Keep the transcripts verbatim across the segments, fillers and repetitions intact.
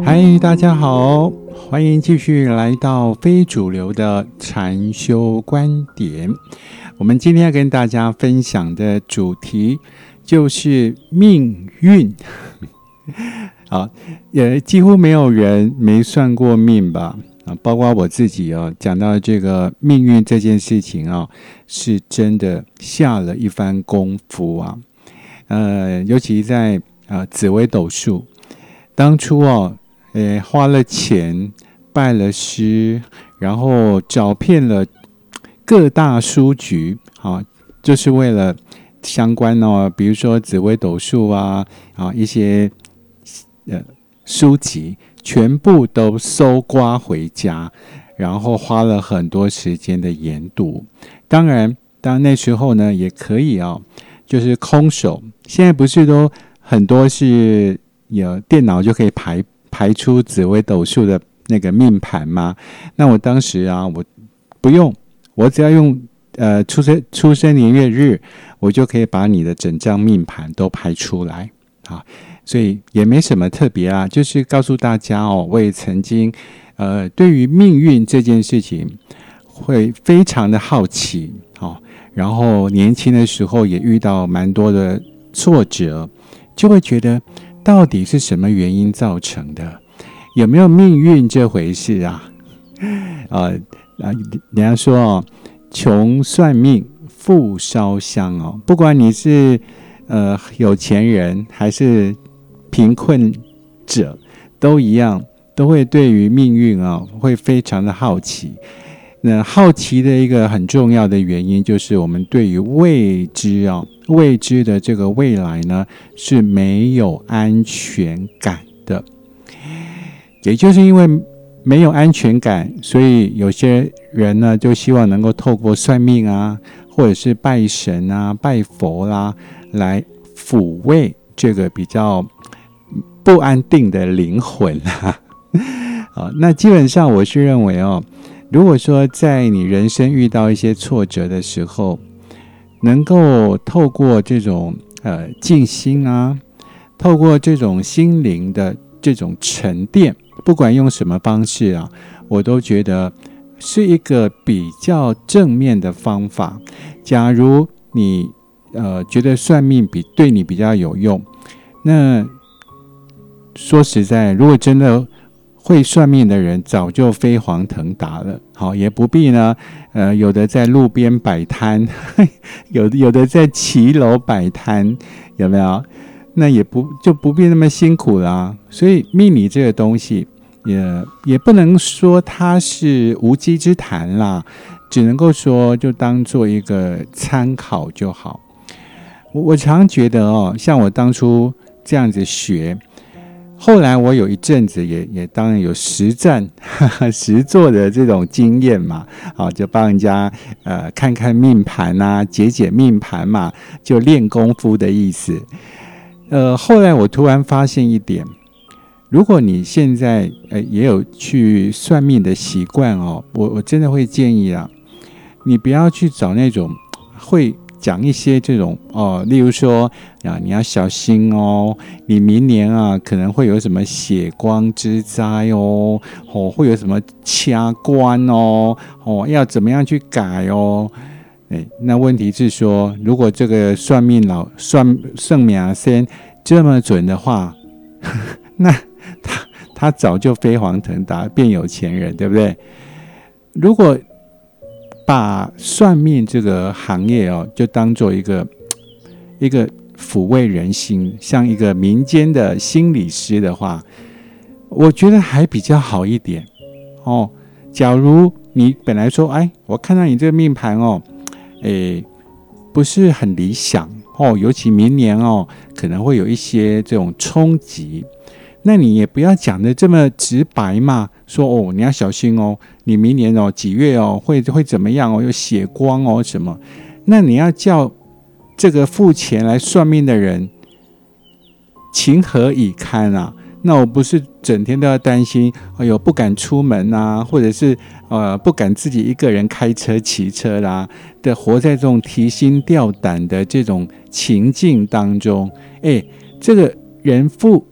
嗨，大家好，欢迎继续来到非主流的禅修观点。我们今天要跟大家分享的主题就是命运。好，也几乎没有人没算过命吧？啊，包括我自己哦，讲到这个命运这件事情啊、哦，是真的下了一番功夫啊。呃，尤其在呃紫微斗数，当初哦。诶，花了钱拜了师，然后找遍了各大书局，啊，就是为了相关哦，比如说紫微斗数啊，啊一些呃书籍，全部都搜刮回家，然后花了很多时间的研读。当然，当那时候呢，也可以哦，就是空手。现在不是都很多是有电脑就可以排。排出紫微斗数的那个命盘吗？那我当时啊，我不用，我只要用呃出生出生年月日，我就可以把你的整张命盘都排出来啊。所以也没什么特别啊，就是告诉大家哦，我也曾经呃对于命运这件事情会非常的好奇哦，然后年轻的时候也遇到蛮多的挫折，就会觉得。到底是什么原因造成的？有没有命运这回事啊？呃，人家说哦，穷算命，富烧香哦。不管你是呃有钱人还是贫困者，都一样，都会对于命运啊、哦、会非常的好奇。那好奇的一个很重要的原因，就是我们对于未知啊、哦。未知的这个未来呢，是没有安全感的。也就是因为没有安全感，所以有些人呢，就希望能够透过算命啊，或者是拜神啊、拜佛啦、啊，来抚慰这个比较不安定的灵魂啊。好，那基本上我是认为哦，如果说在你人生遇到一些挫折的时候，能够透过这种呃静心啊，透过这种心灵的这种沉淀，不管用什么方式啊，我都觉得是一个比较正面的方法。假如你呃觉得算命比对你比较有用，那说实在，如果真的会算命的人早就飞黄腾达了，好，也不必呢，呃，有的在路边摆摊，有的有的在骑楼摆摊，有没有？那也不就不必那么辛苦啦。所以命理这个东西，也也不能说它是无稽之谈啦，只能够说就当做一个参考就好。我我常觉得哦，像我当初这样子学。后来我有一阵子也也当然有实战呵呵实作的这种经验嘛，好，就帮人家呃看看命盘啊，解解命盘嘛，就练功夫的意思。呃，后来我突然发现一点，如果你现在呃也有去算命的习惯哦，我我真的会建议啊，你不要去找那种会。讲一些这种哦，例如说啊，你要小心哦，你明年啊可能会有什么血光之灾哦，哦会有什么掐关哦，哦要怎么样去改哦？哎，那问题是说，如果这个算命老算算命啊先这么准的话，呵呵那他他早就飞黄腾达，变有钱人，对不对？如果把算命这个行业哦，就当做一个一个抚慰人心，像一个民间的心理师的话，我觉得还比较好一点哦。假如你本来说，哎，我看到你这个命盘哦，诶，不是很理想哦，尤其明年哦，可能会有一些这种冲击。那你也不要讲的这么直白嘛，说哦你要小心哦，你明年哦几月哦会会怎么样哦，有血光哦什么，那你要叫这个付钱来算命的人情何以堪啊？那我不是整天都要担心，哎呦不敢出门啊，或者是呃不敢自己一个人开车骑车啦，的活在这种提心吊胆的这种情境当中，哎，这个人付。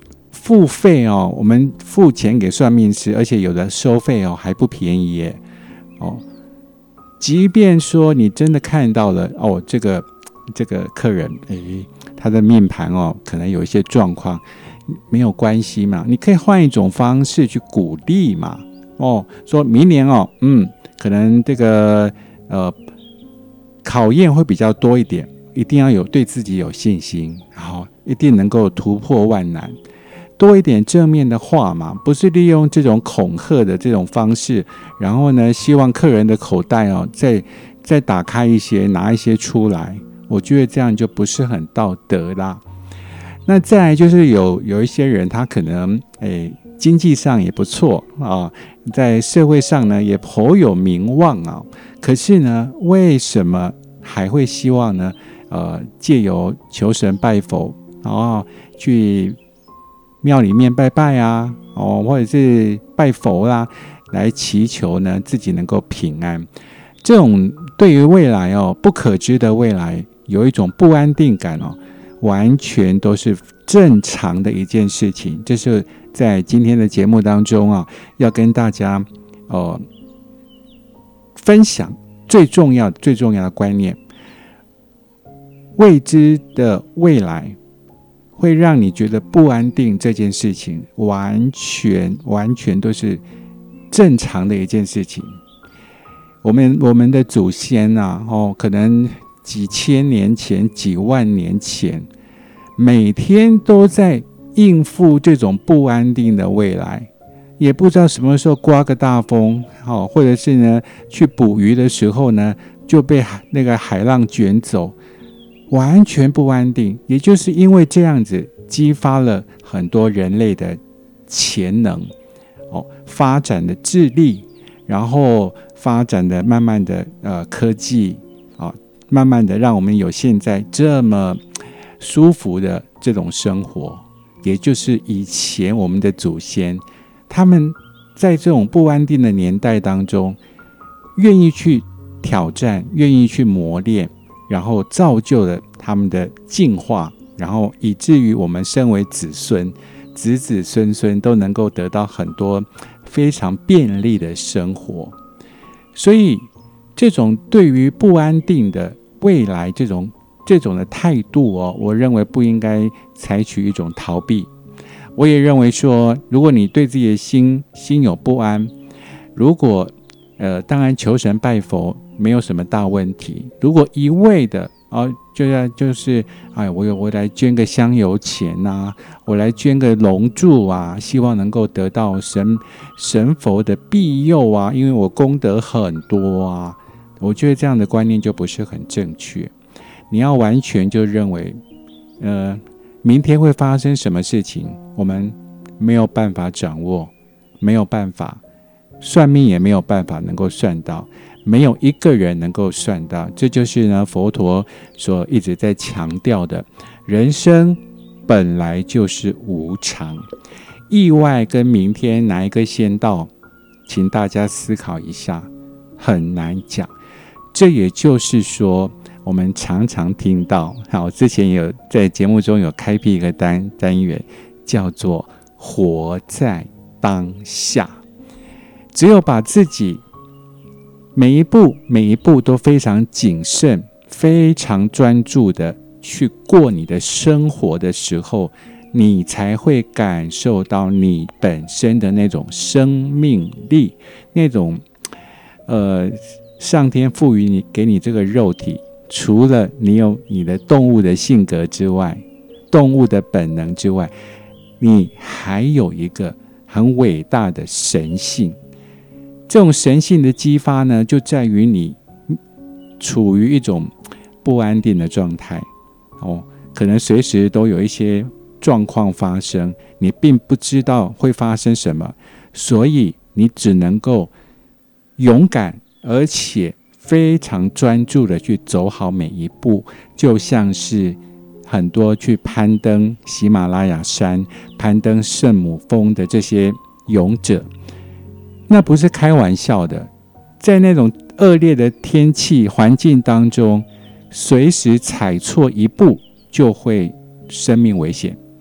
付费哦，我们付钱给算命师，而且有的收费哦还不便宜耶哦。即便说你真的看到了哦，这个这个客人诶，他的命盘哦可能有一些状况，没有关系嘛，你可以换一种方式去鼓励嘛哦，说明年哦，嗯，可能这个呃考验会比较多一点，一定要有对自己有信心，然后一定能够突破万难。多一点正面的话嘛，不是利用这种恐吓的这种方式，然后呢，希望客人的口袋哦，再再打开一些，拿一些出来，我觉得这样就不是很道德啦。那再来就是有有一些人，他可能诶经济上也不错啊，在社会上呢也颇有名望啊，可是呢，为什么还会希望呢？呃，借由求神拜佛，然后去庙里面拜拜啊，哦，或者是拜佛啦，来祈求呢自己能够平安。这种对于未来哦不可知的未来有一种不安定感哦，完全都是正常的一件事情。这是在今天的节目当中啊，要跟大家呃分享最重要最重要的观念。未知的未来会让你觉得不安定，这件事情完全完全都是正常的一件事情。我们我们的祖先啊，哦，可能几千年前、几万年前，每天都在应付这种不安定的未来，也不知道什么时候刮个大风，哦，或者是呢去捕鱼的时候呢就被那个海浪卷走。完全不安定，也就是因为这样子激发了很多人类的潜能哦，发展的智力，然后发展的慢慢的呃科技啊、哦，慢慢的让我们有现在这么舒服的这种生活。也就是以前我们的祖先，他们在这种不安定的年代当中，愿意去挑战，愿意去磨练。然后造就了他们的进化，然后以至于我们身为子孙，子子孙孙都能够得到很多非常便利的生活。所以这种对于不安定的未来这种这种的态度哦，我认为不应该采取一种逃避。我也认为说，如果你对自己的心心有不安，如果呃当然求神拜佛没有什么大问题。如果一味的啊，就要就是哎，我有我来捐个香油钱啊，我来捐个龙柱啊，希望能够得到神神佛的庇佑啊，因为我功德很多啊。我觉得这样的观念就不是很正确。你要完全就认为，呃，明天会发生什么事情，我们没有办法掌握，没有办法，算命也没有办法能够算到。没有一个人能够算到，这就是呢佛陀所一直在强调的，人生本来就是无常，意外跟明天哪一个先到，请大家思考一下，很难讲。这也就是说，我们常常听到，好，之前有在节目中有开辟一个单单元，叫做活在当下，只有把自己每一步每一步都非常谨慎，非常专注的去过你的生活的时候，你才会感受到你本身的那种生命力，那种呃，上天赋予你给你这个肉体，除了你有你的动物的性格之外，动物的本能之外，你还有一个很伟大的神性。这种神性的激发呢，就在于你处于一种不安定的状态哦，可能随时都有一些状况发生，你并不知道会发生什么，所以你只能够勇敢而且非常专注的去走好每一步，就像是很多去攀登喜马拉雅山、攀登圣母峰的这些勇者，那不是开玩笑的，在那种恶劣的天气环境当中，随时踩错一步就会生命危险，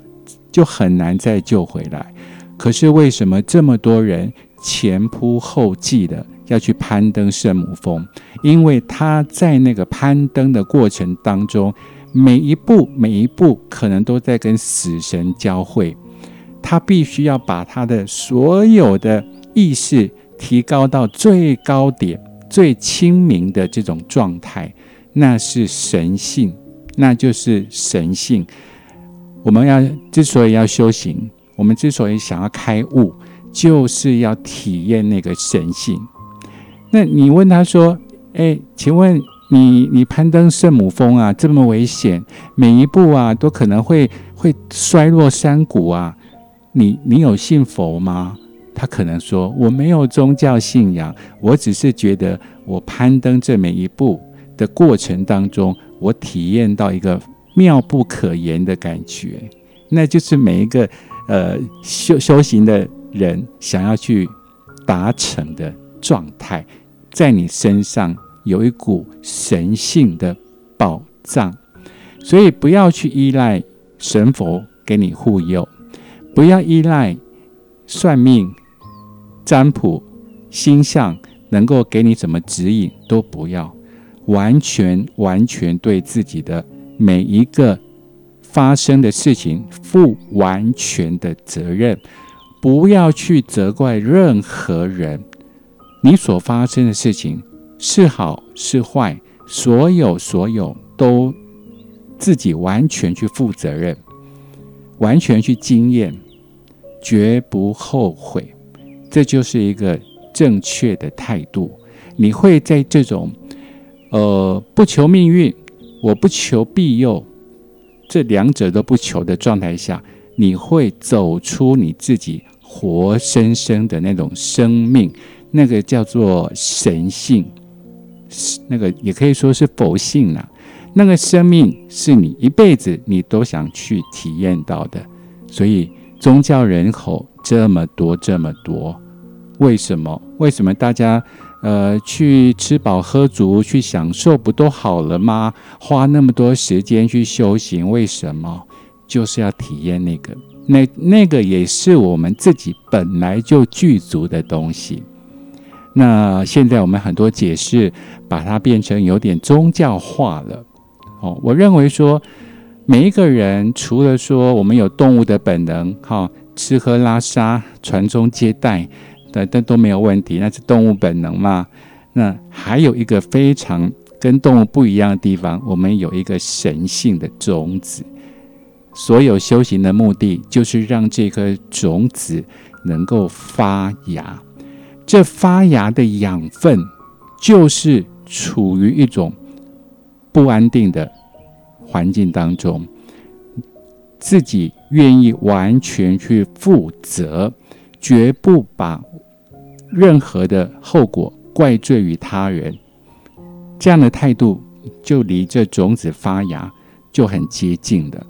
就很难再救回来。可是为什么这么多人前仆后继的要去攀登圣母峰？因为他在那个攀登的过程当中，每一步每一步可能都在跟死神交汇，他必须要把他的所有的意识提高到最高点，最清明的这种状态，那是神性，那就是神性。我们要之所以要修行，我们之所以想要开悟，就是要体验那个神性。那你问他说，哎，请问你你攀登圣母峰啊，这么危险，每一步啊都可能会会摔落山谷啊，你你有信佛吗？他可能说，我没有宗教信仰，我只是觉得我攀登这每一步的过程当中，我体验到一个妙不可言的感觉。那就是每一个呃修修行的人想要去达成的状态，在你身上有一股神性的宝藏。所以不要去依赖神佛给你护佑，不要依赖算命、占卜、星象能够给你什么指引，都不要，完全完全对自己的每一个发生的事情负完全的责任，不要去责怪任何人。你所发生的事情是好是坏，所有所有都自己完全去负责任，完全去经验，绝不后悔。这就是一个正确的态度。你会在这种呃不求命运，我不求庇佑，这两者都不求的状态下，你会走出你自己活生生的那种生命，那个叫做神性，那个也可以说是佛性啦。那个生命是你一辈子你都想去体验到的。所以宗教人口这么多这么多，为什么？为什么大家呃去吃饱喝足去享受不都好了吗？花那么多时间去修行，为什么？就是要体验那个那那个也是我们自己本来就具足的东西。那现在我们很多解释把它变成有点宗教化了。哦，我认为说每一个人除了说我们有动物的本能，哦，吃喝拉撒传宗接代，但都没有问题，那是动物本能嘛。那还有一个非常跟动物不一样的地方，我们有一个神性的种子。所有修行的目的就是让这颗种子能够发芽，这发芽的养分就是处于一种不安定的环境当中，自己愿意完全去负责，绝不把任何的后果怪罪于他人，这样的态度就离这种子发芽就很接近的，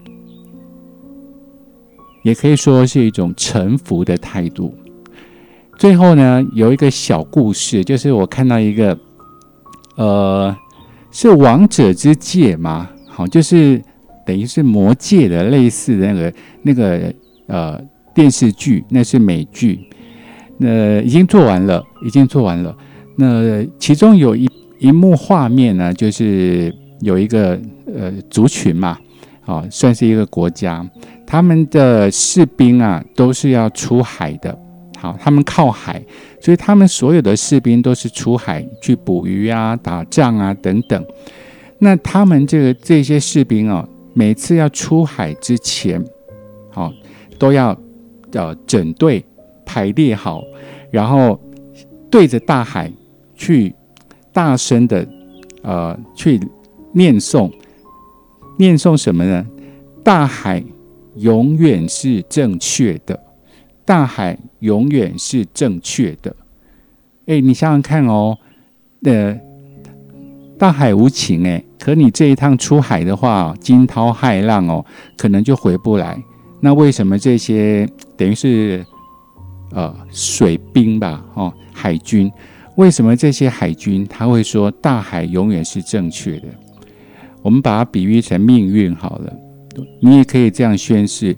也可以说是一种臣服的态度。最后呢，有一个小故事，就是我看到一个呃是王者之戒嘛，好，就是等于是魔戒的类似的那个那个呃电视剧，那是美剧，那已经做完了，已经做完了。那其中有一一幕画面呢，就是有一个呃族群嘛，哦，算是一个国家，他们的士兵啊都是要出海的。好，他们靠海，所以他们所有的士兵都是出海去捕鱼啊、打仗啊等等。那他们这个这些士兵哦，每次要出海之前，好，都要呃整队排列好，然后对着大海去大声的呃去念诵，念诵什么呢？大海永远是正确的。大海永远是正确的。哎，你想想看哦，呃，大海无情哎，可你这一趟出海的话，惊涛骇浪哦，可能就回不来。那为什么这些等于是呃水兵吧，哦，海军，为什么这些海军他会说大海永远是正确的？我们把它比喻成命运好了，你也可以这样宣示。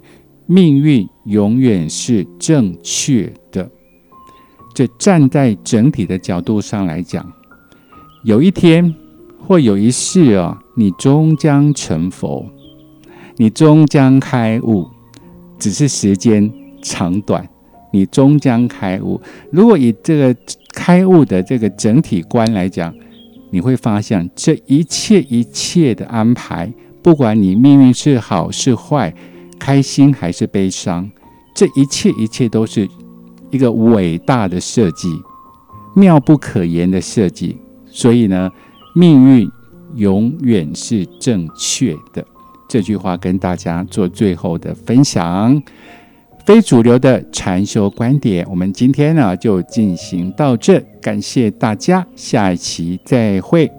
命运永远是正确的。这站在整体的角度上来讲，有一天或有一世啊，你终将成佛，你终将开悟，只是时间长短，你终将开悟。如果以这个开悟的这个整体观来讲，你会发现这一切一切的安排，不管你命运是好是坏，开心还是悲伤，这一切一切都是一个伟大的设计，妙不可言的设计。所以呢，命运永远是正确的。这句话跟大家做最后的分享。非主流的禅修观点，我们今天呢就进行到这，感谢大家，下一期再会。